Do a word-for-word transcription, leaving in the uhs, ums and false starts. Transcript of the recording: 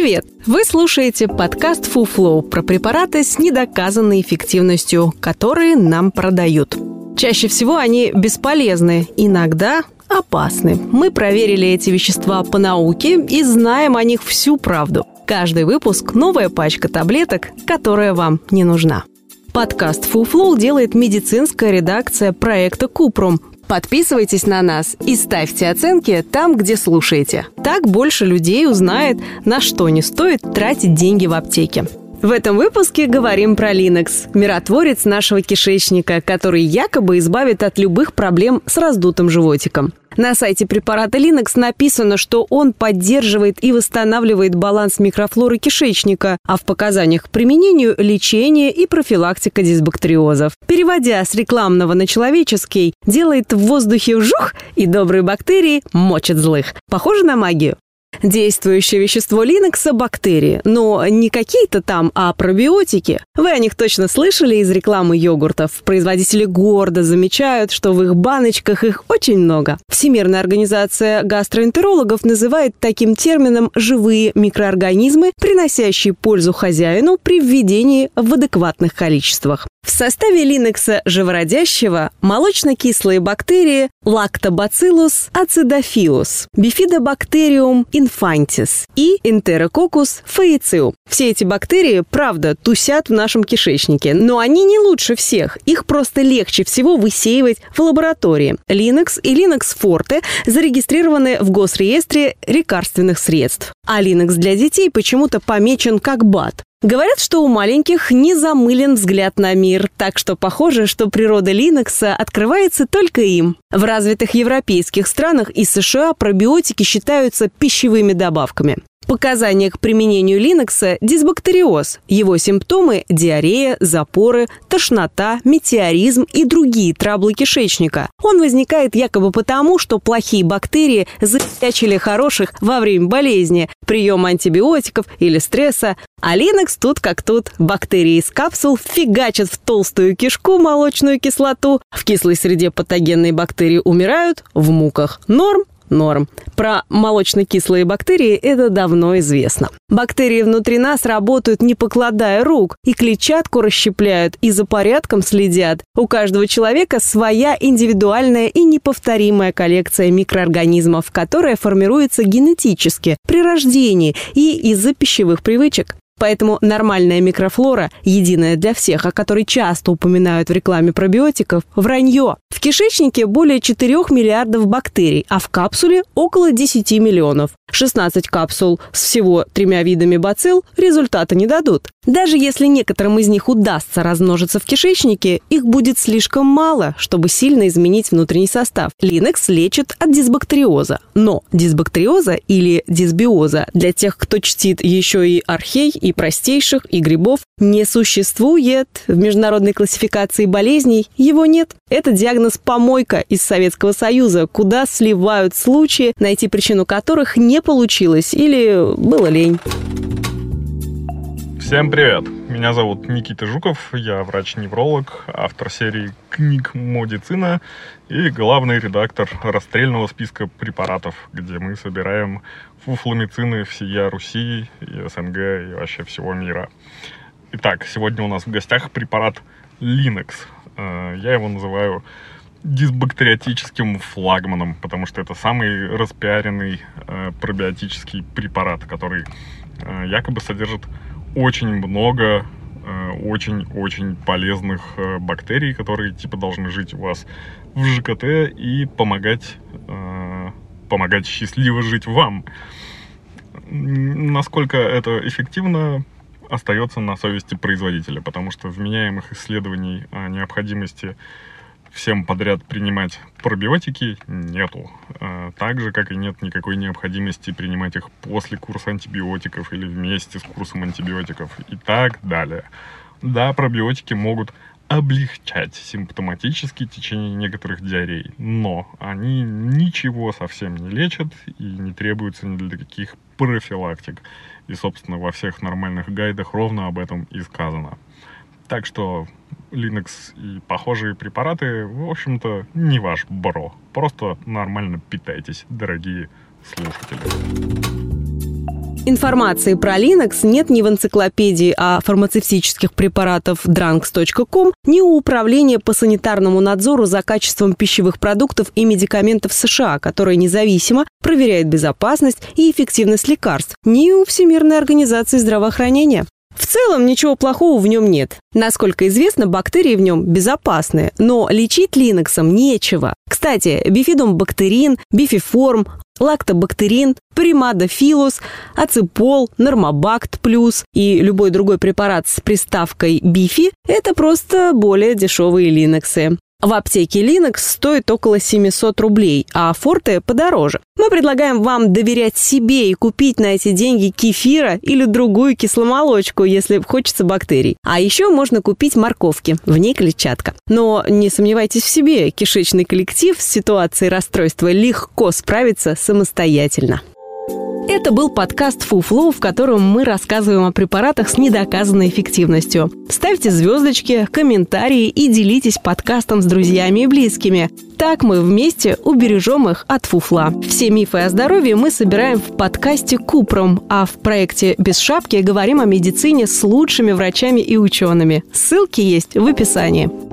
Привет! Вы слушаете подкаст Фуфлоу про препараты с недоказанной эффективностью, которые нам продают. Чаще всего они бесполезны, иногда опасны. Мы проверили эти вещества по науке и знаем о них всю правду. Каждый выпуск – новая пачка таблеток, которая вам не нужна. Подкаст Фуфлоу делает медицинская редакция проекта Купрум. Подписывайтесь на нас и ставьте оценки там, где слушаете. Так больше людей узнает, на что не стоит тратить деньги в аптеке. В этом выпуске говорим про Линекс, миротворец нашего кишечника, который якобы избавит от любых проблем с раздутым животиком. На сайте препарата Линекс написано, что он поддерживает и восстанавливает баланс микрофлоры кишечника, а в показаниях к применению – лечение и профилактика дисбактериозов. Переводя с рекламного на человеческий, делает в воздухе вжух, и добрые бактерии мочат злых. Похоже на магию? Действующее вещество Линекса – бактерии, но не какие-то там, а пробиотики. Вы о них точно слышали из рекламы йогуртов. Производители гордо замечают, что в их баночках их очень много. Всемирная организация гастроэнтерологов называет таким термином живые микроорганизмы, приносящие пользу хозяину при введении в адекватных количествах. В составе Линекса живородящего молочно-кислые бактерии Lactobacillus acidophilus, Bifidobacterium infantis и Enterococcus faecium. Все эти бактерии, правда, тусят в нашем кишечнике, но они не лучше всех. Их просто легче всего высеивать в лаборатории. Линекс и Линекс Forte зарегистрированы в Госреестре лекарственных средств. А Линекс для детей почему-то помечен как БАД. Говорят, что у маленьких не замылен взгляд на мир, так что похоже, что природа Линекса открывается только им. В развитых европейских странах и США пробиотики считаются пищевыми добавками. Показания к применению Линекса – дисбактериоз. Его симптомы – диарея, запоры, тошнота, метеоризм и другие траблы кишечника. Он возникает якобы потому, что плохие бактерии запячили хороших во время болезни, приема антибиотиков или стресса. А Линекс тут как тут. Бактерии из капсул фигачат в толстую кишку молочную кислоту. В кислой среде патогенные бактерии умирают, в муках норм. Норм. Про молочно-кислые бактерии это давно известно. Бактерии внутри нас работают, не покладая рук, и клетчатку расщепляют, и за порядком следят. У каждого человека своя индивидуальная и неповторимая коллекция микроорганизмов, которая формируется генетически, при рождении и из-за пищевых привычек. Поэтому нормальная микрофлора, единая для всех, о которой часто упоминают в рекламе пробиотиков, вранье. В кишечнике более четырёх миллиардов бактерий, а в капсуле около десяти миллионов. шестнадцать капсул с всего тремя видами бацилл результата не дадут. Даже если некоторым из них удастся размножиться в кишечнике, их будет слишком мало, чтобы сильно изменить внутренний состав. Линекс лечит от дисбактериоза. Но дисбактериоза или дисбиоза для тех, кто чтит еще и архей, и простейших, и грибов, не существует. В международной классификации болезней его нет. Это диагноз помойка из Советского Союза, куда сливают случаи, найти причину которых не получилось или было лень. Всем привет! Меня зовут Никита Жуков, я врач-невролог, автор серии книг «Модицина» и главный редактор расстрельного списка препаратов, где мы собираем фуфломицины всея Руси, и СНГ, и вообще всего мира. Итак, сегодня у нас в гостях препарат Линекс. Я его называю дисбактериотическим флагманом, потому что это самый распиаренный пробиотический препарат, который якобы содержит очень много очень-очень полезных бактерий, которые типа должны жить у вас в ЖКТ и помогать, помогать счастливо жить вам. Насколько это эффективно, остается на совести производителя, потому что вменяемых исследований о необходимости всем подряд принимать пробиотики нету. Так же, как и нет никакой необходимости принимать их после курса антибиотиков или вместе с курсом антибиотиков и так далее. Да, пробиотики могут облегчать симптоматически течение некоторых диарей, но они ничего совсем не лечат и не требуются ни для каких профилактик. И, собственно, во всех нормальных гайдах ровно об этом и сказано. Так что Линекс и похожие препараты, в общем-то, не ваш бро. Просто нормально питайтесь, дорогие слушатели. Информации про Linux нет ни в энциклопедии о фармацевтических препаратах дранкс точка ком, ни у Управления по санитарному надзору за качеством пищевых продуктов и медикаментов США, которое независимо проверяет безопасность и эффективность лекарств, ни у Всемирной организации здравоохранения. В целом ничего плохого в нем нет. Насколько известно, бактерии в нем безопасны, но лечить линоксом нечего. Кстати, бифидобактерин, бифиформ, лактобактерин, примадофилус, аципол, нормобакт плюс и любой другой препарат с приставкой бифи – это просто более дешевые линоксы. В аптеке Linux стоит около семьсот рублей, а Forte подороже. Мы предлагаем вам доверять себе и купить на эти деньги кефира или другую кисломолочку, если хочется бактерий. А еще можно купить морковки, в ней клетчатка. Но не сомневайтесь в себе, кишечный коллектив с ситуацией расстройства легко справится самостоятельно. Это был подкаст «Фуфло», в котором мы рассказываем о препаратах с недоказанной эффективностью. Ставьте звездочки, комментарии и делитесь подкастом с друзьями и близкими. Так мы вместе убережем их от фуфла. Все мифы о здоровье мы собираем в подкасте «Купром», а в проекте «Без шапки» говорим о медицине с лучшими врачами и учеными. Ссылки есть в описании.